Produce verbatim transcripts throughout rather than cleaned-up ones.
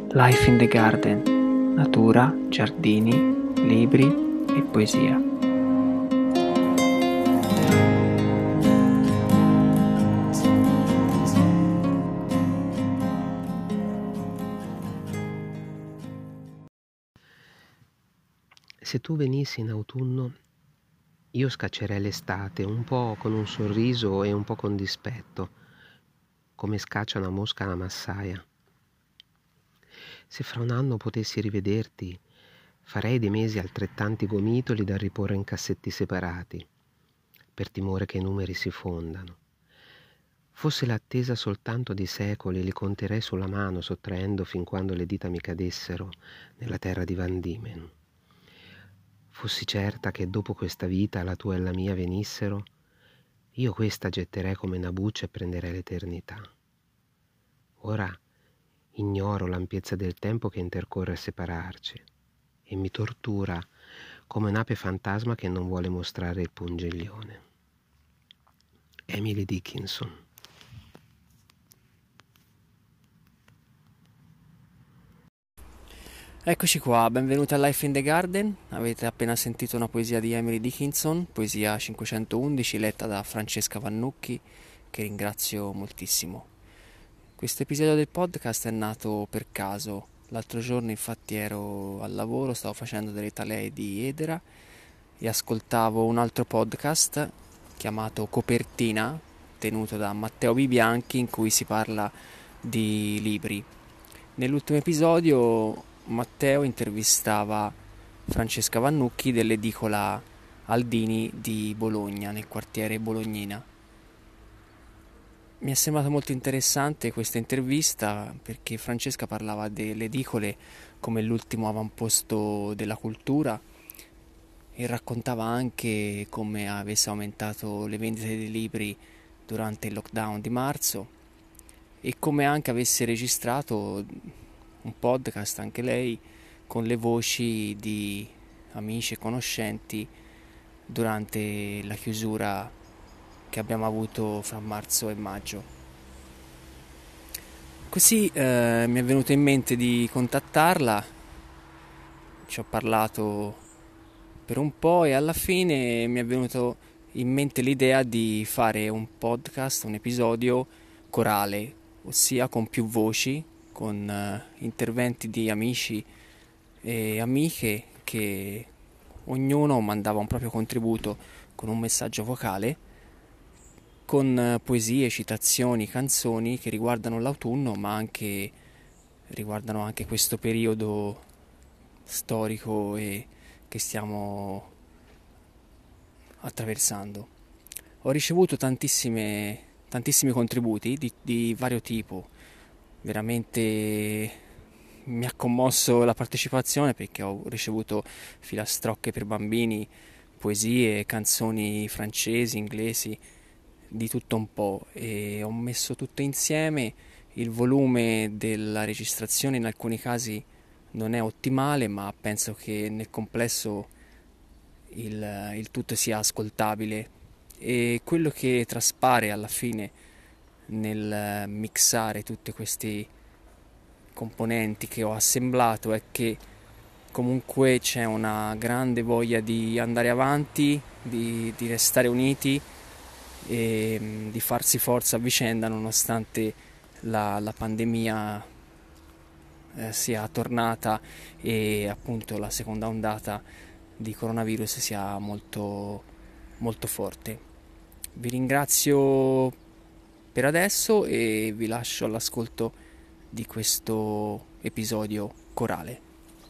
Life in the Garden, natura, giardini, libri e poesia. Se tu venissi in autunno, io scaccerei l'estate, un po' con un sorriso e un po' con dispetto, come scaccia una mosca alla massaia. Se fra un anno potessi rivederti, farei dei mesi altrettanti gomitoli da riporre in cassetti separati, per timore che i numeri si fondano. Fosse l'attesa soltanto di secoli, li conterei sulla mano, sottraendo fin quando le dita mi cadessero nella terra di Van Diemen. Fossi certa che dopo questa vita la tua e la mia venissero, io questa getterei come una buccia e prenderei l'eternità. Ora ignoro l'ampiezza del tempo che intercorre a separarci e mi tortura come un'ape fantasma che non vuole mostrare il pungiglione. Emily Dickinson. Eccoci qua, benvenuti a Life in the Garden. Avete appena sentito una poesia di Emily Dickinson, poesia cinquecentoundici, letta da Francesca Vannucchi, che ringrazio moltissimo. Questo episodio del podcast è nato per caso. L'altro giorno infatti ero al lavoro, stavo facendo delle talee di edera e ascoltavo un altro podcast chiamato Copertina, tenuto da Matteo Bibianchi, in cui si parla di libri. Nell'ultimo episodio Matteo intervistava Francesca Vannucchi dell'edicola Aldini di Bologna, nel quartiere Bolognina. Mi è sembrata molto interessante questa intervista perché Francesca parlava delle edicole come l'ultimo avamposto della cultura e raccontava anche come avesse aumentato le vendite dei libri durante il lockdown di marzo e come anche avesse registrato un podcast anche lei con le voci di amici e conoscenti durante la chiusura che abbiamo avuto fra marzo e maggio. Così eh, mi è venuto in mente di contattarla, ci ho parlato per un po' e alla fine mi è venuto in mente l'idea di fare un podcast, un episodio corale, ossia con più voci, con uh, interventi di amici e amiche che ognuno mandava un proprio contributo con un messaggio vocale, con uh, poesie, citazioni, canzoni che riguardano l'autunno, ma anche riguardano anche questo periodo storico e che stiamo attraversando. Ho ricevuto tantissime, tantissimi contributi di, di vario tipo. Veramente mi ha commosso la partecipazione perché ho ricevuto filastrocche per bambini, poesie, canzoni francesi, inglesi, di tutto un po', e ho messo tutto insieme. Il volume della registrazione in alcuni casi non è ottimale, ma penso che nel complesso il, il tutto sia ascoltabile, e quello che traspare alla fine nel mixare tutti questi componenti che ho assemblato è che comunque c'è una grande voglia di andare avanti, di, di restare uniti e mh, di farsi forza a vicenda nonostante la, la pandemia eh, sia tornata e appunto la seconda ondata di coronavirus sia molto, molto forte. Vi ringrazio per adesso e vi lascio all'ascolto di questo episodio corale.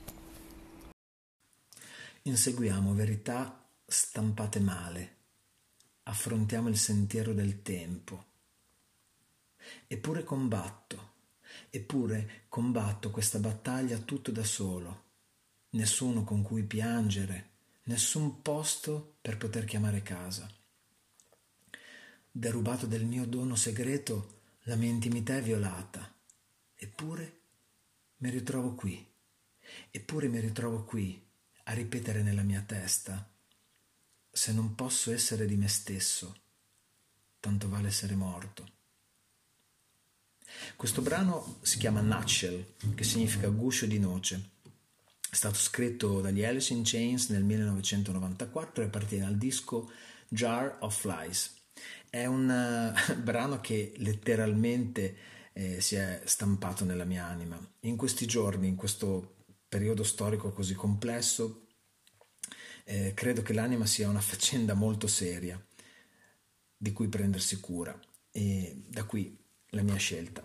Inseguiamo verità stampate male, affrontiamo il sentiero del tempo. Eppure combatto, eppure combatto questa battaglia tutto da solo. Nessuno con cui piangere, nessun posto per poter chiamare casa. Derubato del mio dono segreto, la mia intimità è violata. Eppure mi ritrovo qui, eppure mi ritrovo qui a ripetere nella mia testa: se non posso essere di me stesso, tanto vale essere morto. Questo brano si chiama Nutshell, che significa guscio di noce. È stato scritto dagli Alice in Chains nel millenovecentonovantaquattro e appartiene al disco Jar of Flies. È un uh, brano che letteralmente eh, si è stampato nella mia anima. In questi giorni, in questo periodo storico così complesso, eh, credo che l'anima sia una faccenda molto seria di cui prendersi cura, e da qui la mia scelta.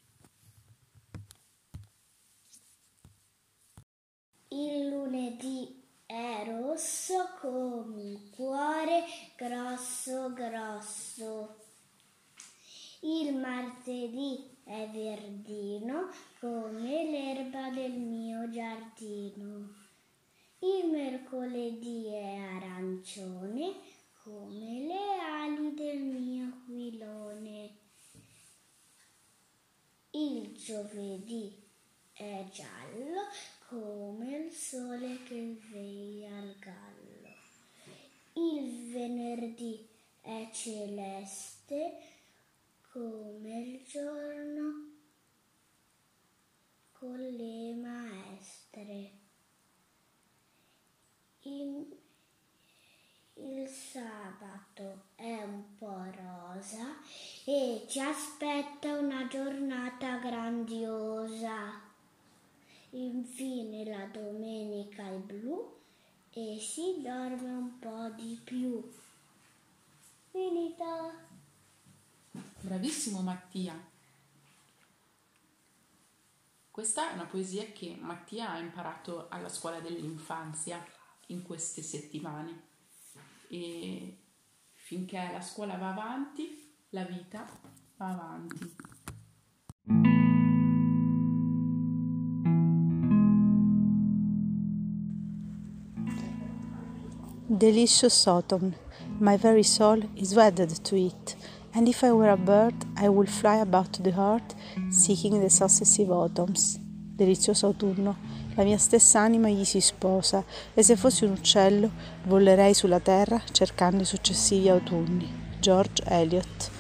Il lunedì è rosso come un cuore grosso grosso. Il martedì è verdino come l'erba del mio giardino. Il mercoledì è arancione come le ali del mio aquilone. Il giovedì è giallo come il sole che veglia al gallo. Il venerdì è celeste come il giorno con le maestre. Il, il sabato è un po' rosa e ci aspetta una giornata grandiosa. Infine la domenica è blu e si dorme un po' di più. Finita! Bravissimo Mattia! Questa è una poesia che Mattia ha imparato alla scuola dell'infanzia in queste settimane, e finché la scuola va avanti, la vita va avanti. Delicious autumn, my very soul is wedded to it, and if I were a bird, I would fly about the heart, seeking the successive autumns. Delizioso autunno, la mia stessa anima gli si sposa, e se fossi un uccello, volerei sulla terra cercando i successivi autunni. George Eliot.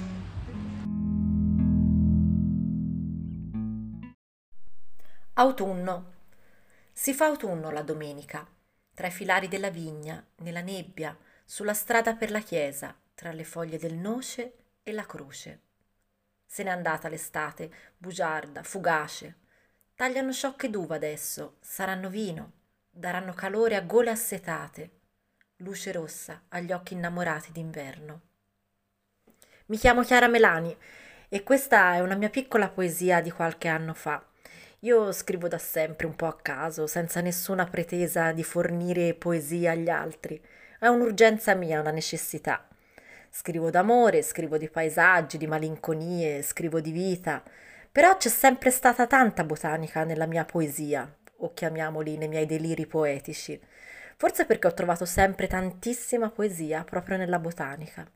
Autunno. Si fa autunno la domenica. Tra i filari della vigna, nella nebbia, sulla strada per la chiesa, tra le foglie del noce e la croce. Se n'è andata l'estate, bugiarda, fugace. Tagliano sciocche d'uva adesso, saranno vino, daranno calore a gole assetate, luce rossa agli occhi innamorati d'inverno. Mi chiamo Chiara Melani e questa è una mia piccola poesia di qualche anno fa. Io scrivo da sempre un po' a caso, senza nessuna pretesa di fornire poesia agli altri. È un'urgenza mia, una necessità. Scrivo d'amore, scrivo di paesaggi, di malinconie, scrivo di vita. Però c'è sempre stata tanta botanica nella mia poesia, o chiamiamoli nei miei deliri poetici. Forse perché ho trovato sempre tantissima poesia proprio nella botanica.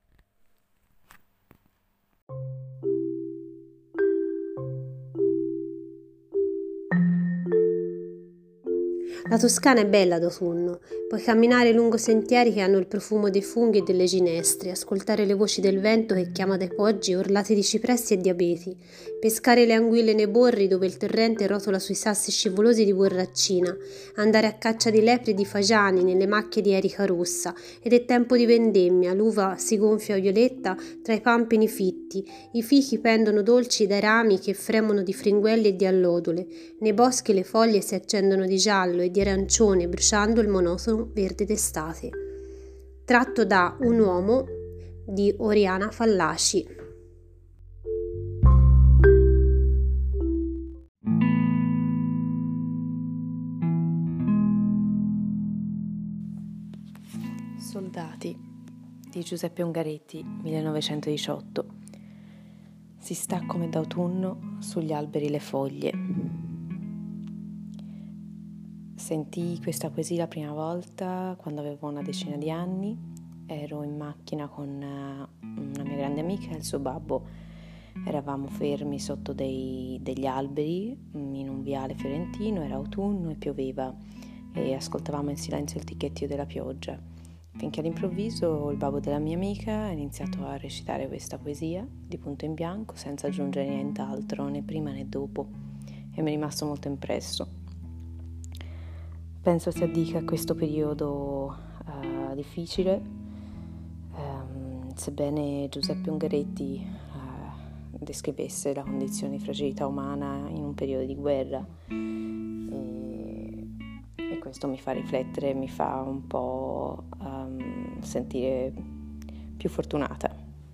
La Toscana è bella d'autunno, puoi camminare lungo sentieri che hanno il profumo dei funghi e delle ginestre, ascoltare le voci del vento che chiama dai poggi orlati di cipressi e di abeti, pescare le anguille nei borri dove il torrente rotola sui sassi scivolosi di borraccina, andare a caccia di lepri e di fagiani nelle macchie di erica rossa, ed è tempo di vendemmia, l'uva si gonfia violetta tra i pampini fitti, i fichi pendono dolci dai rami che fremono di fringuelli e di allodole, nei boschi le foglie si accendono di giallo e di arancione bruciando il monotono verde d'estate. Tratto da Un uomo di Oriana Fallaci. Soldati di Giuseppe Ungaretti, millenovecentodiciotto. Si sta come d'autunno sugli alberi le foglie. Sentii questa poesia la prima volta quando avevo una decina di anni. Ero in macchina con una mia grande amica e il suo babbo. Eravamo fermi sotto dei, degli alberi in un viale fiorentino, era autunno e pioveva e ascoltavamo in silenzio il ticchettio della pioggia. finché all'improvviso il babbo della mia amica ha iniziato a recitare questa poesia di punto in bianco senza aggiungere nient'altro, né prima né dopo, e mi è rimasto molto impresso. Penso si addica a questo periodo uh, difficile, um, sebbene Giuseppe Ungaretti uh, descrivesse la condizione di fragilità umana in un periodo di guerra. E questo mi fa riflettere, mi fa un po' um, sentire più fortunata.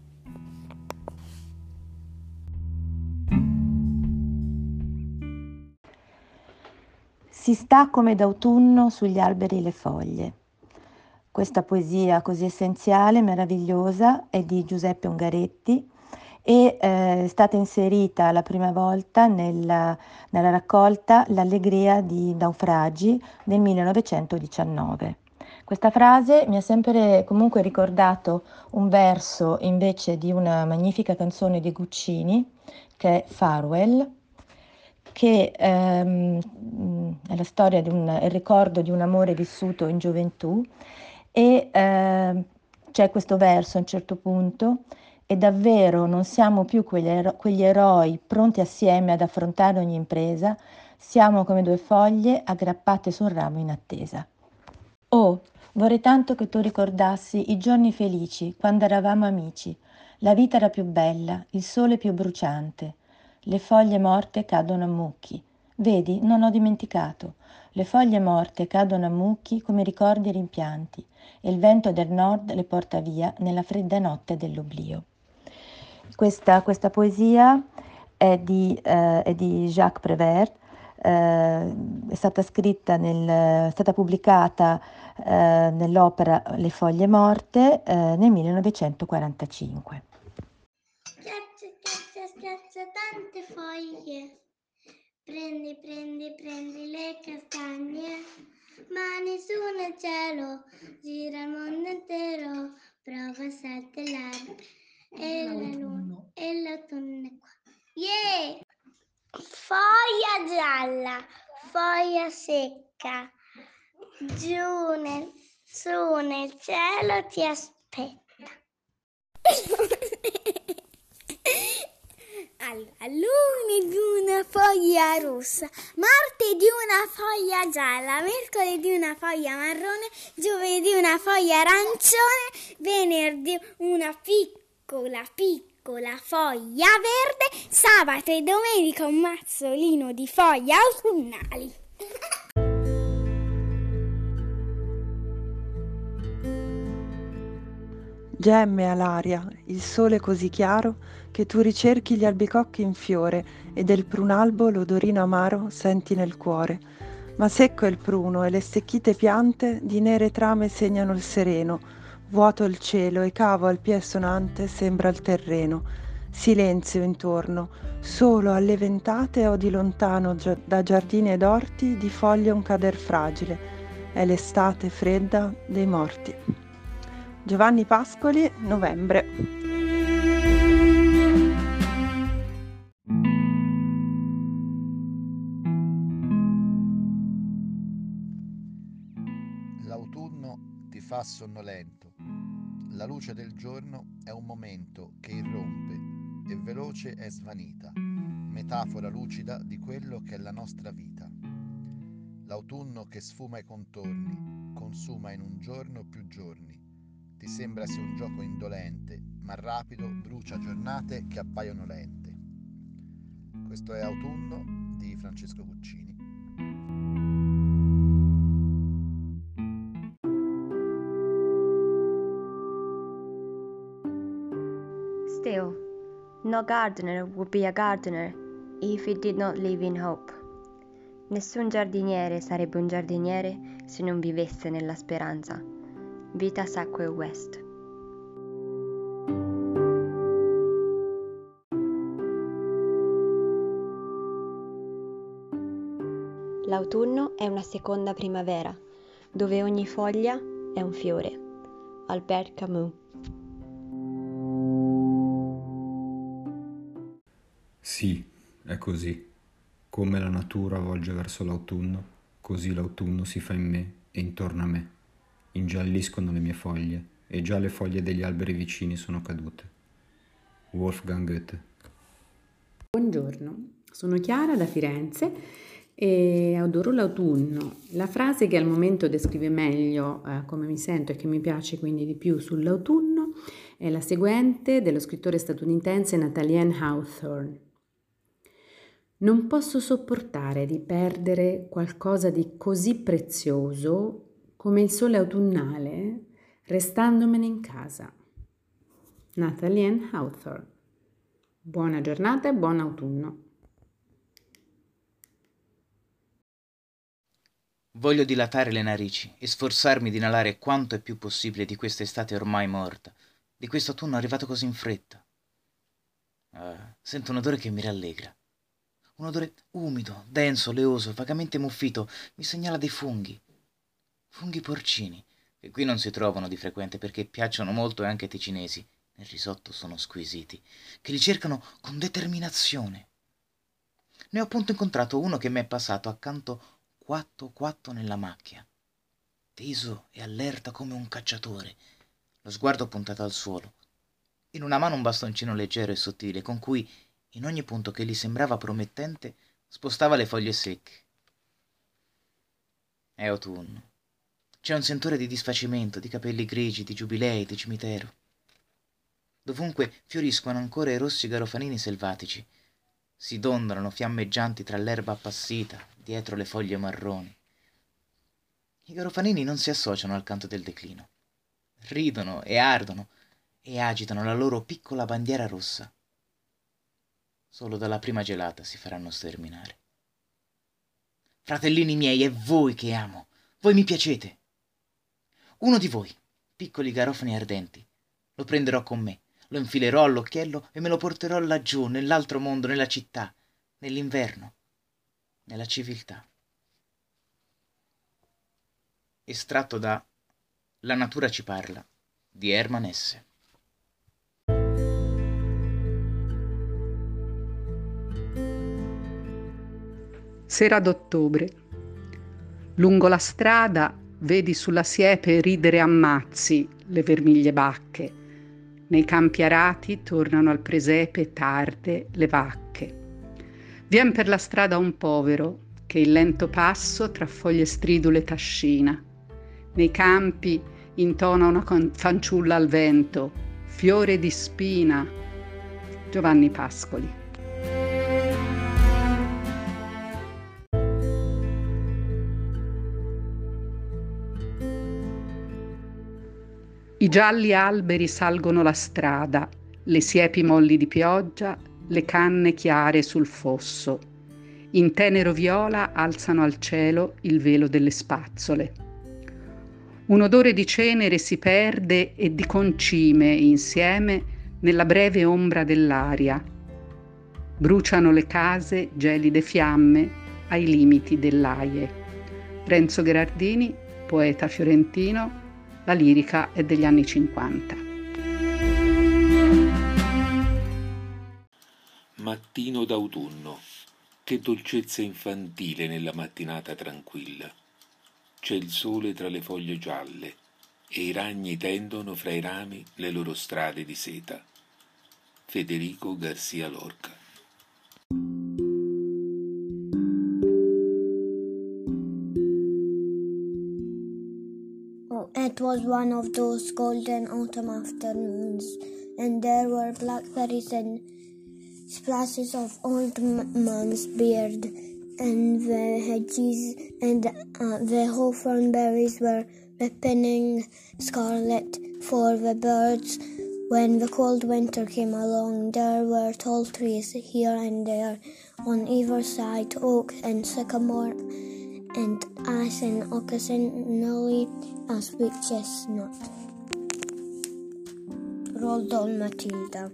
Si sta come d'autunno sugli alberi le foglie. Questa poesia così essenziale, meravigliosa, è di Giuseppe Ungaretti e eh, è stata inserita la prima volta nella, nella raccolta L'allegria di naufragi del millenovecentodiciannove. Questa frase mi ha sempre comunque ricordato un verso invece di una magnifica canzone di Guccini che è Farewell, che ehm, è la storia di un, il ricordo di un amore vissuto in gioventù e eh, c'è questo verso a un certo punto: e davvero non siamo più quegli, ero- quegli eroi pronti assieme ad affrontare ogni impresa, siamo come due foglie aggrappate su un ramo in attesa. Oh, vorrei tanto che tu ricordassi i giorni felici, quando eravamo amici. La vita era più bella, il sole più bruciante. Le foglie morte cadono a mucchi. Vedi, non ho dimenticato. Le foglie morte cadono a mucchi come ricordi e rimpianti, e il vento del nord le porta via nella fredda notte dell'oblio. Questa, questa poesia è di, eh, è di Jacques Prévert, eh, è stata scritta nel, è stata pubblicata eh, nell'opera Le foglie morte eh, nel millenovecentoquarantacinque. Schiaccia, schiaccia, schiaccia tante foglie. Prendi, prendi, prendi le castagne. Mani su nel cielo, gira il mondo intero. Prova a saltellare. E la luna, e l'autunno è qua. Yeah! Foglia gialla, foglia secca. Giù nel, su nel cielo ti aspetta. Allora, luna di una foglia rossa, Marte di una foglia gialla, Mercoledì di una foglia marrone, Giovedì una foglia arancione, Venerdì una piccola piccola foglia verde, sabato e domenica un mazzolino di foglie autunnali. Gemme all'aria, il sole così chiaro che tu ricerchi gli albicocchi in fiore e del prunalbo l'odorino amaro senti nel cuore. Ma secco è il pruno e le stecchite piante di nere trame segnano il sereno, vuoto il cielo e cavo al piè sonante sembra il terreno. Silenzio intorno, solo alle ventate o di lontano gi- da giardini ed orti di foglie un cader fragile. È l'estate fredda dei morti. Giovanni Pascoli, Novembre. L'autunno ti fa sonnolento. La luce del giorno è un momento che irrompe e veloce è svanita, metafora lucida di quello che è la nostra vita. L'autunno che sfuma i contorni, consuma in un giorno più giorni. Ti sembra sia un gioco indolente, ma rapido brucia giornate che appaiono lente. Questo è Autunno di Francesco Guccini. Still, no gardener would be a gardener if he did not live in hope. Nessun giardiniere sarebbe un giardiniere se non vivesse nella speranza. Vita Sackville West. L'autunno è una seconda primavera, dove ogni foglia è un fiore. Albert Camus. Sì, è così. Come la natura volge verso l'autunno, così l'autunno si fa in me e intorno a me. ingialliscono le mie foglie e già le foglie degli alberi vicini sono cadute. Wolfgang Goethe. Buongiorno, sono Chiara da Firenze e adoro l'autunno. La frase che al momento descrive meglio eh, come mi sento e che mi piace quindi di più sull'autunno è la seguente dello scrittore statunitense Nathaniel Hawthorne. Non posso sopportare di perdere qualcosa di così prezioso come il sole autunnale restandomene in casa. Nathaniel Hawthorne. Buona giornata e buon autunno. Voglio dilatare le narici e sforzarmi di inalare quanto è più possibile di questa estate ormai morta, di questo autunno arrivato così in fretta. Ah, sento un odore che mi rallegra. Un odore umido, denso, oleoso, vagamente muffito, mi segnala dei funghi. Funghi porcini, che qui non si trovano di frequente perché piacciono molto anche ai ticinesi. Nel risotto sono squisiti, che li cercano con determinazione. Ne ho appunto incontrato uno che mi è passato accanto quatto quatto nella macchia, teso e allerta come un cacciatore, lo sguardo puntato al suolo, in una mano un bastoncino leggero e sottile con cui, in ogni punto che gli sembrava promettente, spostava le foglie secche. È autunno. C'è un sentore di disfacimento, di capelli grigi, di giubilei, di cimitero. Dovunque fioriscono ancora i rossi garofanini selvatici, si dondolano fiammeggianti tra l'erba appassita, dietro le foglie marroni. I garofanini non si associano al canto del declino. Ridono e ardono e agitano la loro piccola bandiera rossa. Solo dalla prima gelata si faranno sterminare. Fratellini miei, è voi che amo, voi mi piacete. Uno di voi, piccoli garofani ardenti, lo prenderò con me, lo infilerò all'occhiello e me lo porterò laggiù, nell'altro mondo, nella città, nell'inverno, nella civiltà. Estratto da La natura ci parla di Hermann Hesse. Sera d'ottobre. Lungo la strada vedi sulla siepe ridere a mazzi le vermiglie bacche. Nei campi arati tornano al presepe tarde le vacche. Vien per la strada un povero che il lento passo tra foglie stridule tascina. Nei campi intona una fanciulla al vento, fiore di spina. Giovanni Pascoli. I gialli alberi salgono la strada, le siepi molli di pioggia, le canne chiare sul fosso. In tenero viola alzano al cielo il velo delle spazzole. Un odore di cenere si perde e di concime insieme nella breve ombra dell'aria. Bruciano le case gelide fiamme ai limiti dell'Aie. Renzo Gherardini, poeta fiorentino. La lirica è degli anni cinquanta. Mattino d'autunno. Che dolcezza infantile nella mattinata tranquilla. C'è il sole tra le foglie gialle e i ragni tendono fra i rami le loro strade di seta. Federico Garcia Lorca. It was one of those golden autumn afternoons, and there were blackberries and splashes of old man's beard, and the hedges and uh, the hawthorn berries were ripening scarlet for the birds. When the cold winter came along, there were tall trees here and there, on either side, oak and sycamore, and ash and occasionally a sweet chestnut. Roald Dahl, Matilda.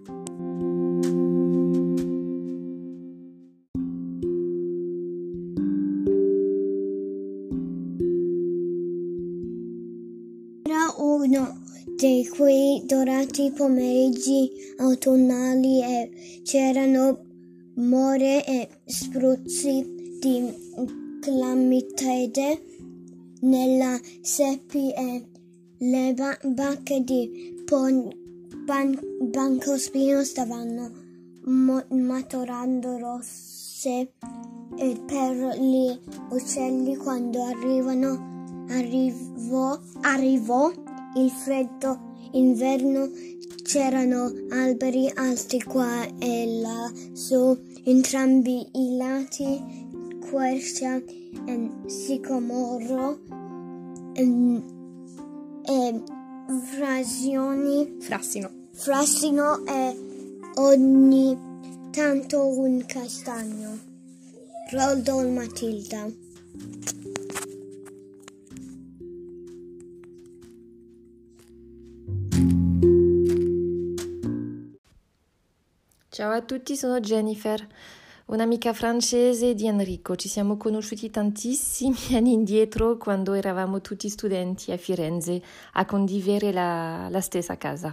Era uno di quei dorati pomeriggi autunnali e c'erano more e spruzzi di clammitide nella seppie e le ba- bacche di pon- ban- Bancospino stavano mo- maturando rosse e per gli uccelli quando arrivano arrivò, arrivò il freddo inverno. C'erano alberi alti qua e là su entrambi i lati, quercia e sicomoro e, e frasioni, frassino. frassino e ogni tanto un castagno. Roldol Matilda. Ciao a tutti, sono Jennifer, un'amica francese di Enrico. Ci siamo conosciuti tantissimi anni indietro quando eravamo tutti studenti a Firenze a condividere la, la stessa casa.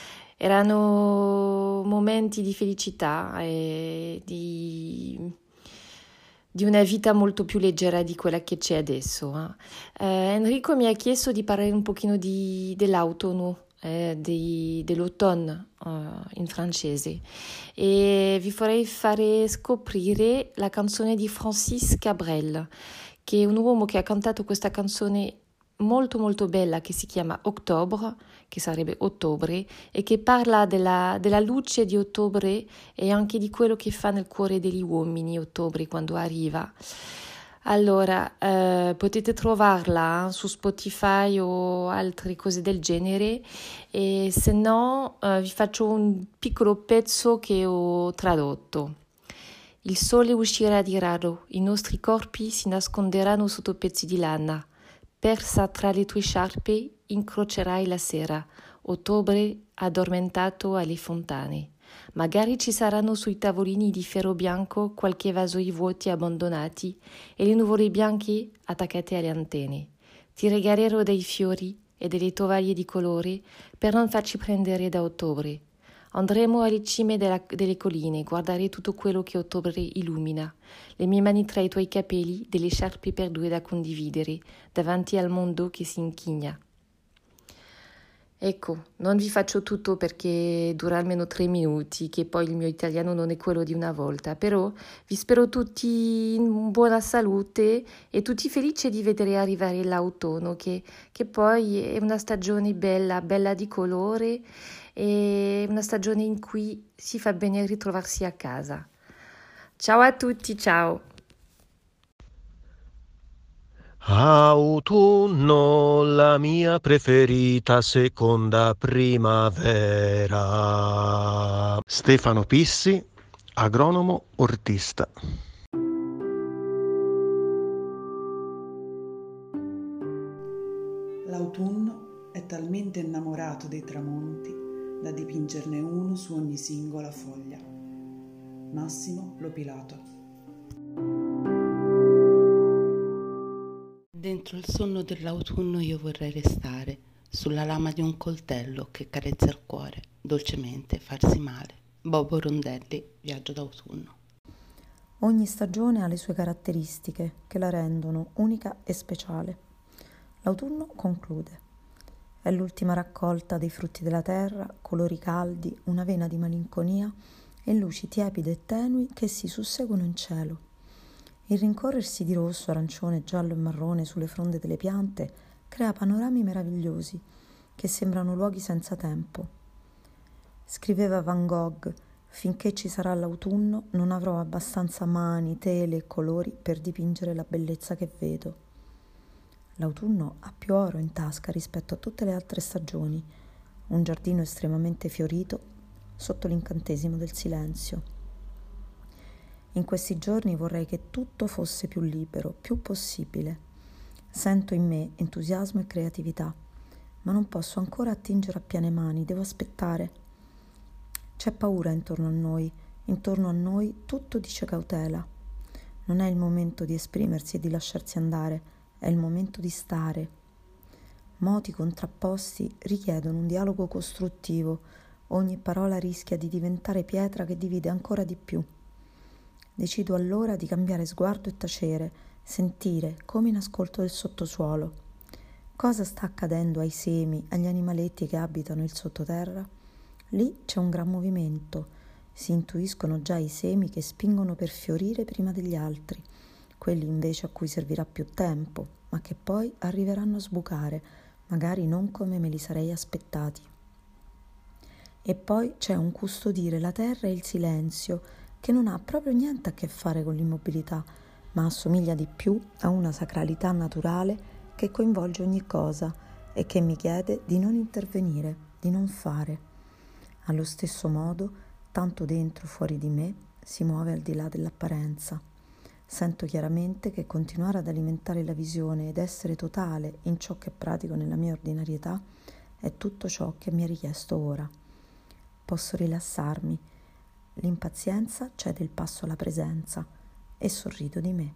Erano momenti di felicità e di, di una vita molto più leggera di quella che c'è adesso. Eh. Eh, Enrico mi ha chiesto di parlare un pochino di, dell'autunno. Eh, di, dell'autunno uh, in francese e vi vorrei fare scoprire la canzone di Francis Cabrel, che è un uomo che ha cantato questa canzone molto molto bella che si chiama Octobre, che sarebbe ottobre, e che parla della, della luce di ottobre e anche di quello che fa nel cuore degli uomini ottobre quando arriva. Allora, eh, potete trovarla su Spotify o altre cose del genere, e se no eh, vi faccio un piccolo pezzo che ho tradotto. Il sole uscirà di rado, i nostri corpi si nasconderanno sotto pezzi di lana. Persa tra le tue sciarpe incrocerai la sera, ottobre addormentato alle fontane. Magari ci saranno sui tavolini di ferro bianco qualche vasoi vuoti abbandonati e le nuvole bianche attaccate alle antenne. Ti regalerò dei fiori e delle tovaglie di colore per non farci prendere da ottobre. Andremo alle cime della, delle colline, guardare tutto quello che ottobre illumina. Le mie mani tra i tuoi capelli, delle sciarpe per due da condividere, davanti al mondo che si inchina. Ecco, non vi faccio tutto perché dura almeno tre minuti, che poi il mio italiano non è quello di una volta, però vi spero tutti in buona salute e tutti felici di vedere arrivare l'autunno, che, che poi è una stagione bella, bella di colore, e una stagione in cui si fa bene ritrovarsi a casa. Ciao a tutti, ciao! Autunno, la mia preferita seconda primavera. Stefano Pissi, agronomo ortista. L'autunno è talmente innamorato dei tramonti da dipingerne uno su ogni singola foglia. Massimo Lopilato. Dentro il sonno dell'autunno io vorrei restare, sulla lama di un coltello che carezza il cuore, dolcemente farsi male. Bobo Rondelli, Viaggio d'autunno. Ogni stagione ha le sue caratteristiche che la rendono unica e speciale. L'autunno conclude. È l'ultima raccolta dei frutti della terra, colori caldi, una vena di malinconia e luci tiepide e tenui che si susseguono in cielo. Il rincorrersi di rosso, arancione, giallo e marrone sulle fronde delle piante crea panorami meravigliosi che sembrano luoghi senza tempo. Scriveva Van Gogh: finché ci sarà l'autunno non avrò abbastanza mani, tele e colori per dipingere la bellezza che vedo. L'autunno ha più oro in tasca rispetto a tutte le altre stagioni, un giardino estremamente fiorito sotto l'incantesimo del silenzio. In questi giorni vorrei che tutto fosse più libero, più possibile. Sento in me entusiasmo e creatività, ma non posso ancora attingere a piene mani, devo aspettare. C'è paura intorno a noi, intorno a noi tutto dice cautela. Non è il momento di esprimersi e di lasciarsi andare, è il momento di stare. Moti contrapposti richiedono un dialogo costruttivo, ogni parola rischia di diventare pietra che divide ancora di più. Decido allora di cambiare sguardo e tacere, sentire come in ascolto del sottosuolo. Cosa sta accadendo ai semi, agli animaletti che abitano il sottoterra? Lì c'è un gran movimento. Si intuiscono già i semi che spingono per fiorire prima degli altri, quelli invece a cui servirà più tempo, ma che poi arriveranno a sbucare, magari non come me li sarei aspettati. E poi c'è un custodire la terra e il silenzio, che non ha proprio niente a che fare con l'immobilità, ma assomiglia di più a una sacralità naturale che coinvolge ogni cosa e che mi chiede di non intervenire, di non fare. Allo stesso modo, tanto dentro fuori di me si muove al di là dell'apparenza. Sento chiaramente che continuare ad alimentare la visione ed essere totale in ciò che pratico nella mia ordinarietà è tutto ciò che mi è richiesto ora. Posso rilassarmi. L'impazienza cede il passo alla presenza e sorrido di me.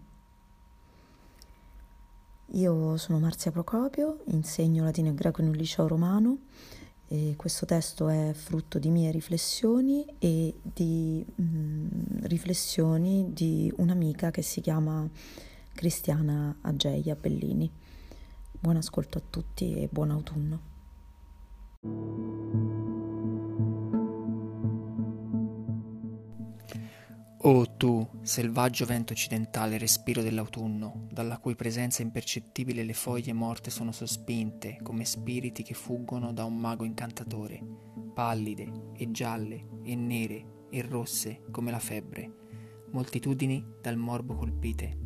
Io sono Marzia Procopio, insegno latino e greco in un liceo romano e questo testo è frutto di mie riflessioni e di mh, riflessioni di un'amica che si chiama Cristiana Ageia Bellini. Buon ascolto a tutti e buon autunno. O tu, selvaggio vento occidentale, respiro dell'autunno, dalla cui presenza impercettibile le foglie morte sono sospinte, come spiriti che fuggono da un mago incantatore, pallide e gialle e nere e rosse come la febbre, moltitudini dal morbo colpite.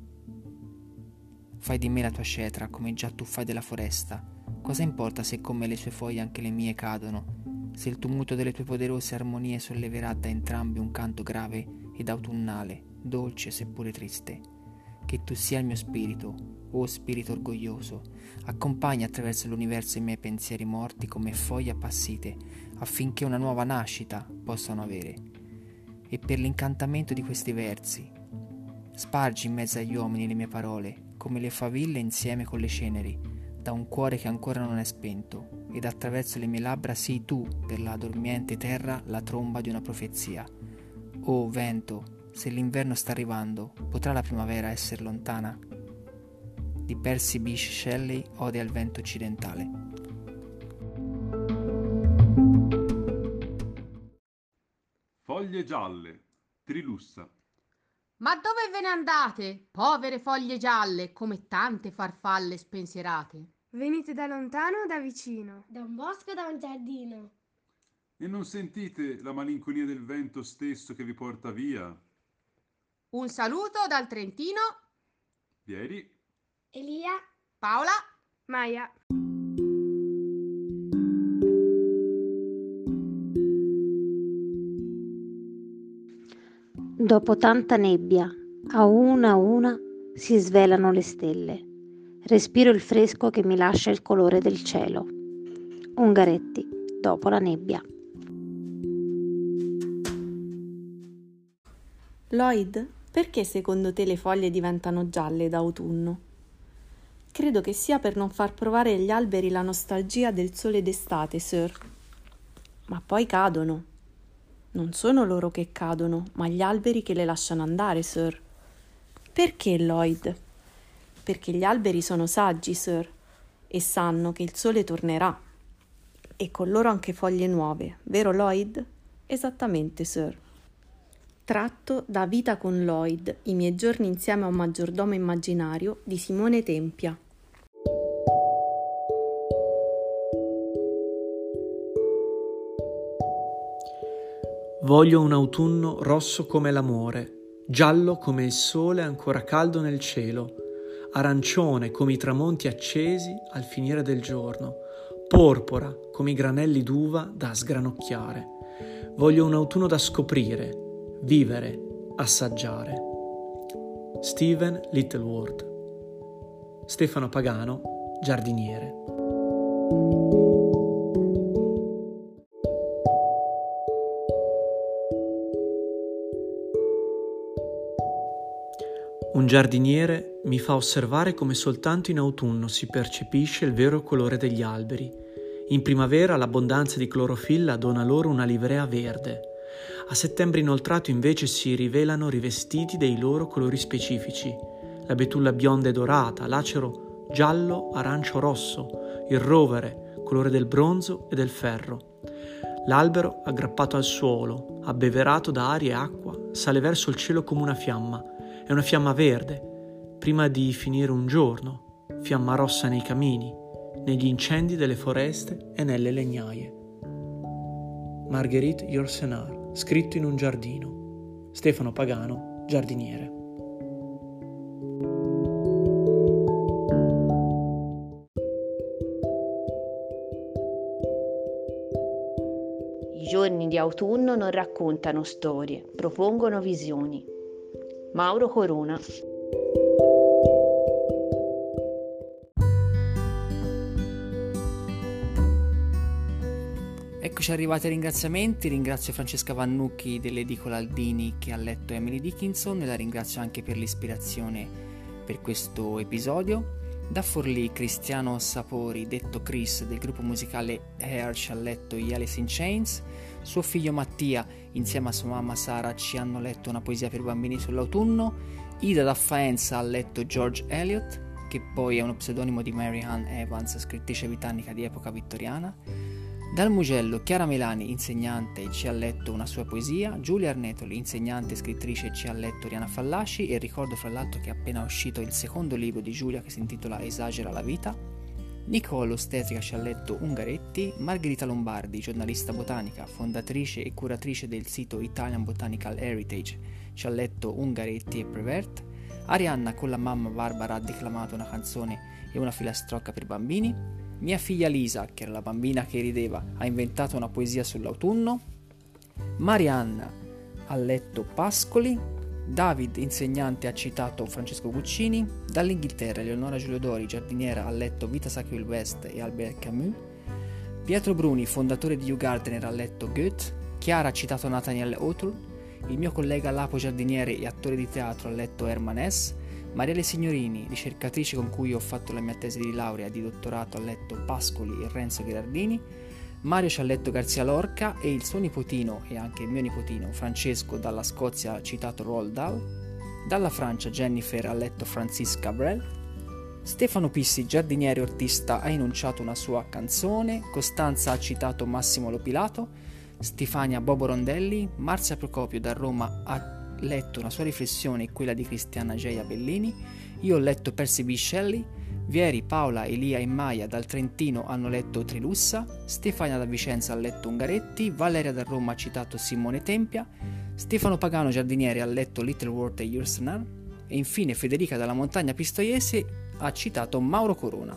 Fai di me la tua cetra, come già tu fai della foresta. Cosa importa se con me le sue foglie anche le mie cadono, se il tumulto delle tue poderose armonie solleverà da entrambi un canto grave ed autunnale, dolce seppure triste. Che tu sia il mio spirito, o spirito orgoglioso, accompagna attraverso l'universo i miei pensieri morti come foglie appassite, affinché una nuova nascita possano avere. E per l'incantamento di questi versi, spargi in mezzo agli uomini le mie parole, come le faville insieme con le ceneri, da un cuore che ancora non è spento, ed attraverso le mie labbra sii tu, per la dormiente terra, la tromba di una profezia. Oh vento, se l'inverno sta arrivando, potrà la primavera essere lontana? Di Percy Bysshe Shelley, Ode al vento occidentale. Foglie gialle, Trilussa. Ma dove ve ne andate, povere foglie gialle, come tante farfalle spensierate? Venite da lontano o da vicino? Da un bosco o da un giardino? E non sentite la malinconia del vento stesso che vi porta via? Un saluto dal Trentino. Vieri. Elia. Paola. Maia. Dopo tanta nebbia, a una a una si svelano le stelle. Respiro il fresco che mi lascia il colore del cielo. Ungaretti, dopo la nebbia. Lloyd, perché secondo te le foglie diventano gialle d'autunno? Credo che sia per non far provare agli alberi la nostalgia del sole d'estate, Sir. Ma poi cadono. Non sono loro che cadono, ma gli alberi che le lasciano andare, Sir. Perché, Lloyd? Perché gli alberi sono saggi, Sir, e sanno che il sole tornerà. E con loro anche foglie nuove, vero Lloyd? Esattamente, Sir. Tratto da Vita con Lloyd, i miei giorni insieme a un maggiordomo immaginario di Simone Tempia. Voglio un autunno rosso come l'amore, giallo come il sole ancora caldo nel cielo, arancione come i tramonti accesi al finire del giorno, porpora come i granelli d'uva da sgranocchiare. Voglio un autunno da scoprire, vivere, assaggiare. Stephen Littleworth. Stefano Pagano, giardiniere. Un giardiniere mi fa osservare come soltanto in autunno si percepisce il vero colore degli alberi. In primavera l'abbondanza di clorofilla dona loro una livrea verde. A settembre inoltrato invece si rivelano rivestiti dei loro colori specifici. La betulla bionda e dorata, l'acero giallo, arancio, rosso, il rovere, colore del bronzo e del ferro. L'albero, aggrappato al suolo, abbeverato da aria e acqua, sale verso il cielo come una fiamma. È una fiamma verde, prima di finire un giorno, fiamma rossa nei camini, negli incendi delle foreste e nelle legnaie. Marguerite Yourcenar, scritto in un giardino. Stefano Pagano, giardiniere. I giorni di autunno non raccontano storie, propongono visioni. Mauro Corona. Eccoci arrivati ai ringraziamenti. Ringrazio Francesca Vannucchi dell'edicola Aldini che ha letto Emily Dickinson e la ringrazio anche per l'ispirazione per questo episodio. Da Forlì Cristiano Sapori, detto Chris, del gruppo musicale Hair, ci ha letto gli Alice in Chains. Suo figlio Mattia insieme a sua mamma Sara ci hanno letto una poesia per bambini sull'autunno. Ida da Faenza ha letto George Eliot, che poi è uno pseudonimo di Mary Ann Evans, scrittrice britannica di epoca vittoriana. Dal Mugello Chiara Melani, insegnante, ci ha letto una sua poesia. Giulia Arnetoli, insegnante e scrittrice, ci ha letto Riana Fallaci, e ricordo fra l'altro che è appena uscito il secondo libro di Giulia che si intitola Esagera la vita. Nicole Ostetrica ci ha letto Ungaretti. Margherita Lombardi, giornalista botanica, fondatrice e curatrice del sito Italian Botanical Heritage, ci ha letto Ungaretti e Prevert. Arianna con la mamma Barbara ha declamato una canzone e una filastrocca per bambini. Mia figlia Lisa, che era la bambina che rideva, ha inventato una poesia sull'autunno. Marianna ha letto Pascoli. David, insegnante, ha citato Francesco Guccini. Dall'Inghilterra Eleonora Giuliodori, giardiniera, ha letto Vita Sackville West e Albert Camus. Pietro Bruni, fondatore di Hugh Gardner, ha letto Goethe. Chiara ha citato Nathaniel Hawthorne. Il mio collega Lapo, giardiniere e attore di teatro, ha letto Herman Hesse. Marielle Signorini, ricercatrice con cui ho fatto la mia tesi di laurea e di dottorato, ha letto Pascoli e Renzo Gherardini. Mario ci ha letto Garzia Lorca e il suo nipotino, e anche il mio nipotino, Francesco, dalla Scozia ha citato Roald Dahl. Dalla Francia Jennifer ha letto Francis Cabrel. Stefano Pissi, giardiniere e ortista, ha enunciato una sua canzone. Costanza ha citato Massimo Lopilato. Stefania Bobo Rondelli. Marzia Procopio da Roma ha letto una sua riflessione e quella di Cristiana Geia Bellini. Io ho letto Percy B. Shelley. Vieri, Paola, Elia e Maia dal Trentino hanno letto Trilussa. Stefania da Vicenza ha letto Ungaretti. Valeria da Roma ha citato Simone Tempia. Stefano Pagano, giardiniere, ha letto Little World e Yourcenar. E infine Federica dalla Montagna Pistoiese ha citato Mauro Corona.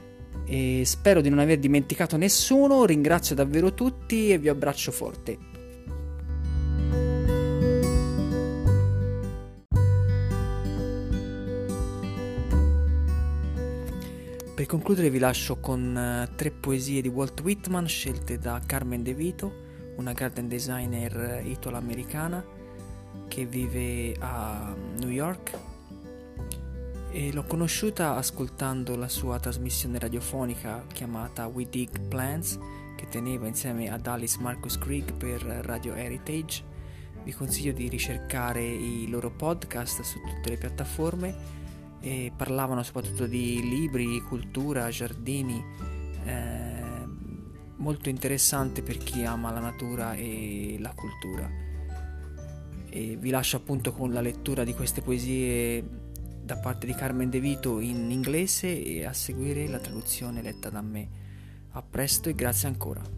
E spero di non aver dimenticato nessuno. Ringrazio davvero tutti e vi abbraccio forte. Per concludere vi lascio con uh, tre poesie di Walt Whitman scelte da Carmen De Vito, una garden designer italo-americana che vive a New York, e l'ho conosciuta ascoltando la sua trasmissione radiofonica chiamata We Dig Plants, che teneva insieme ad Alice Marcus Krieg per Radio Heritage. Vi consiglio di ricercare i loro podcast su tutte le piattaforme, e parlavano soprattutto di libri, cultura, giardini, eh, molto interessante per chi ama la natura e la cultura. E vi lascio appunto con la lettura di queste poesie da parte di Carmen De Vito in inglese e a seguire la traduzione letta da me. A presto e grazie ancora.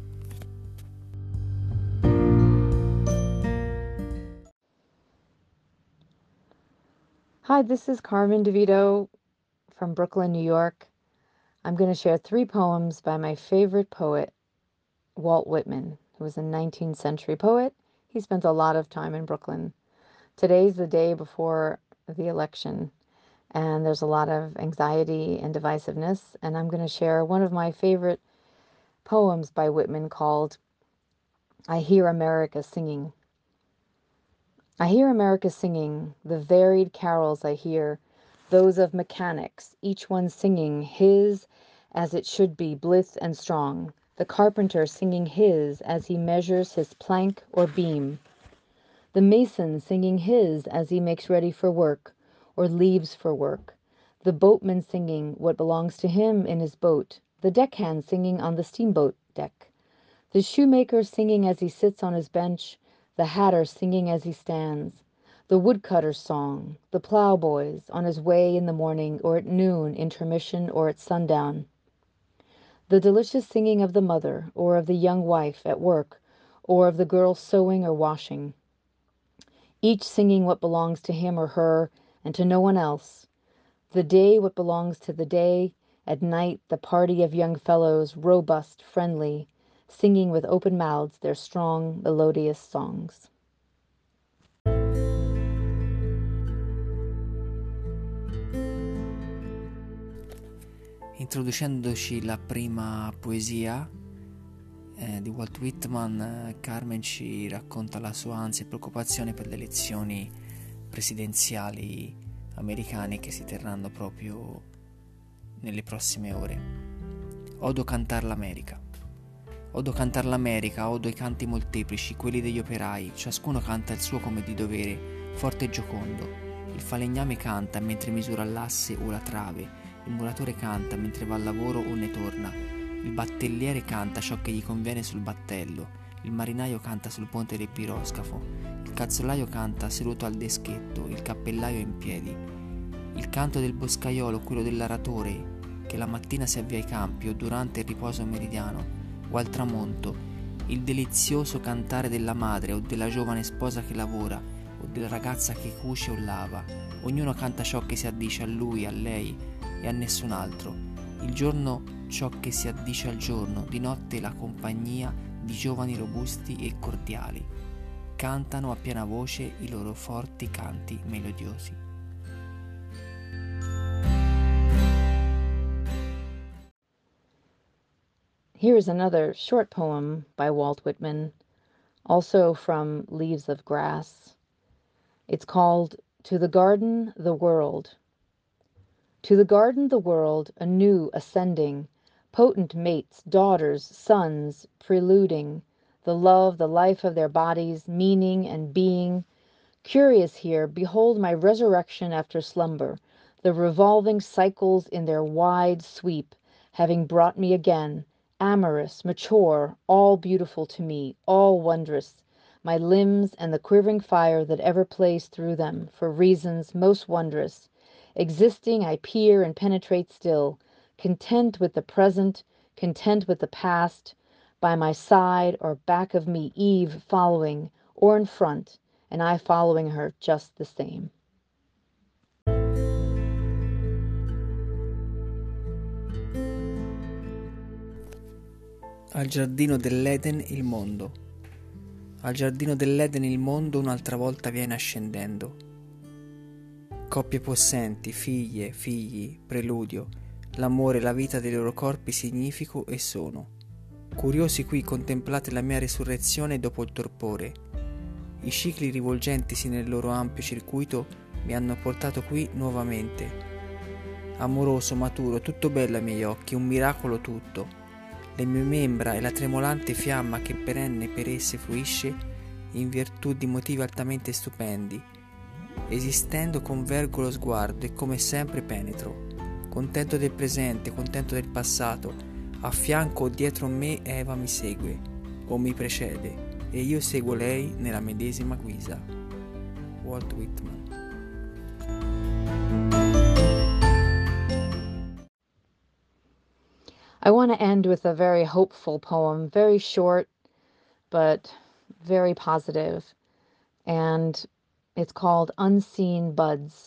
Hi, this is Carmen DeVito from Brooklyn, New York. I'm going to share three poems by my favorite poet, Walt Whitman, who was a nineteenth century poet. He spent a lot of time in Brooklyn. Today's the day before the election, and there's a lot of anxiety and divisiveness, and I'm going to share one of my favorite poems by Whitman called I Hear America Singing. I hear America singing, the varied carols I hear, those of mechanics, each one singing his as it should be, blithe and strong, the carpenter singing his as he measures his plank or beam, the mason singing his as he makes ready for work or leaves for work, the boatman singing what belongs to him in his boat, the deckhand singing on the steamboat deck, the shoemaker singing as he sits on his bench, the hatter singing as he stands, the woodcutter's song, the ploughboy's on his way in the morning or at noon, intermission, or at sundown, the delicious singing of the mother or of the young wife at work, or of the girl sewing or washing, each singing what belongs to him or her and to no one else, the day what belongs to the day, at night the party of young fellows, robust, friendly, singing with open mouths their strong, melodious songs. Introducendoci la prima poesia eh, di Walt Whitman, eh, Carmen ci racconta la sua ansia e preoccupazione per le elezioni presidenziali americane che si terranno proprio nelle prossime ore. Odo cantar l'America. Odo cantar l'America, odo i canti molteplici, quelli degli operai, ciascuno canta il suo come di dovere, forte e giocondo. Il falegname canta mentre misura l'asse o la trave, il muratore canta mentre va al lavoro o ne torna, il battelliere canta ciò che gli conviene sul battello, il marinaio canta sul ponte del piroscafo, il calzolaio canta seduto al deschetto, il cappellaio in piedi. Il canto del boscaiolo, quello dell'aratore, che la mattina si avvia ai campi o durante il riposo meridiano, o al tramonto, il delizioso cantare della madre o della giovane sposa che lavora, o della ragazza che cuce o lava. Ognuno canta ciò che si addice a lui, a lei e a nessun altro. Il giorno ciò che si addice al giorno, di notte la compagnia di giovani robusti e cordiali. Cantano a piena voce i loro forti canti melodiosi. Here is another short poem by Walt Whitman, also from Leaves of Grass. It's called To the Garden, the World. To the garden, the world, anew ascending, potent mates, daughters, sons, preluding, the love, the life of their bodies, meaning and being. Curious here, behold my resurrection after slumber, the revolving cycles in their wide sweep, having brought me again, amorous, mature, all beautiful to me, all wondrous, my limbs and the quivering fire that ever plays through them, for reasons most wondrous. Existing, I peer and penetrate still, content with the present, content with the past, by my side or back of me Eve following, or in front, and I following her just the same. Al giardino dell'Eden il mondo. Al giardino dell'Eden il mondo un'altra volta viene ascendendo. Coppie possenti, figlie, figli, preludio, l'amore e la vita dei loro corpi significo e sono. Curiosi qui contemplate la mia risurrezione dopo il torpore. I cicli rivolgentisi nel loro ampio circuito mi hanno portato qui nuovamente. Amoroso, maturo, tutto bello ai miei occhi, un miracolo tutto. Le mie membra e la tremolante fiamma che perenne per esse fruisce in virtù di motivi altamente stupendi. Esistendo convergo lo sguardo e come sempre penetro. Contento del presente, contento del passato, a fianco o dietro me Eva mi segue o mi precede e io seguo lei nella medesima guisa. Walt Whitman. I want to end with a very hopeful poem, very short, but very positive, and it's called Unseen Buds.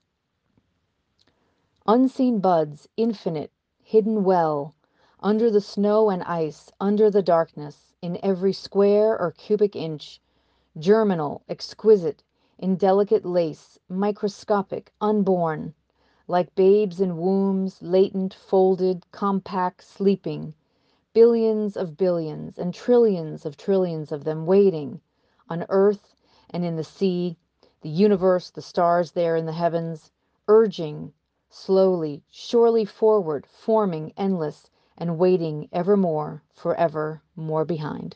Unseen buds, infinite, hidden well, under the snow and ice, under the darkness, in every square or cubic inch, germinal, exquisite, in delicate lace, microscopic, unborn, like babes in wombs, latent, folded, compact, sleeping, billions of billions and trillions of trillions of them waiting, on earth and in the sea, the universe, the stars there in the heavens, urging, slowly, surely forward, forming endless, and waiting evermore, forever more behind.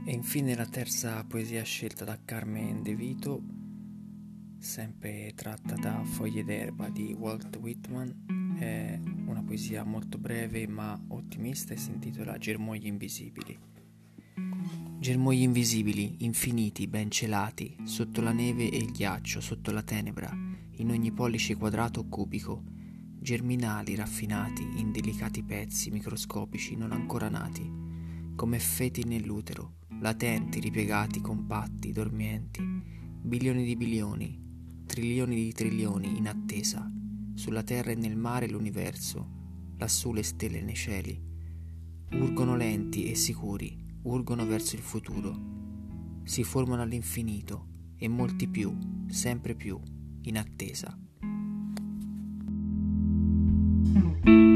E infine la terza poesia scelta da Carmen De Vito, sempre tratta da Foglie d'erba di Walt Whitman, è una poesia molto breve ma ottimista e si intitola Germogli invisibili. Germogli invisibili, infiniti, ben celati, sotto la neve e il ghiaccio, sotto la tenebra, in ogni pollice quadrato o cubico, germinali raffinati in delicati pezzi microscopici non ancora nati, come feti nell'utero, latenti, ripiegati, compatti, dormienti, bilioni di bilioni, trilioni di trilioni in attesa, sulla terra e nel mare l'universo, lassù le stelle nei cieli, urgono lenti e sicuri, urgono verso il futuro, si formano all'infinito e molti più, sempre più, in attesa.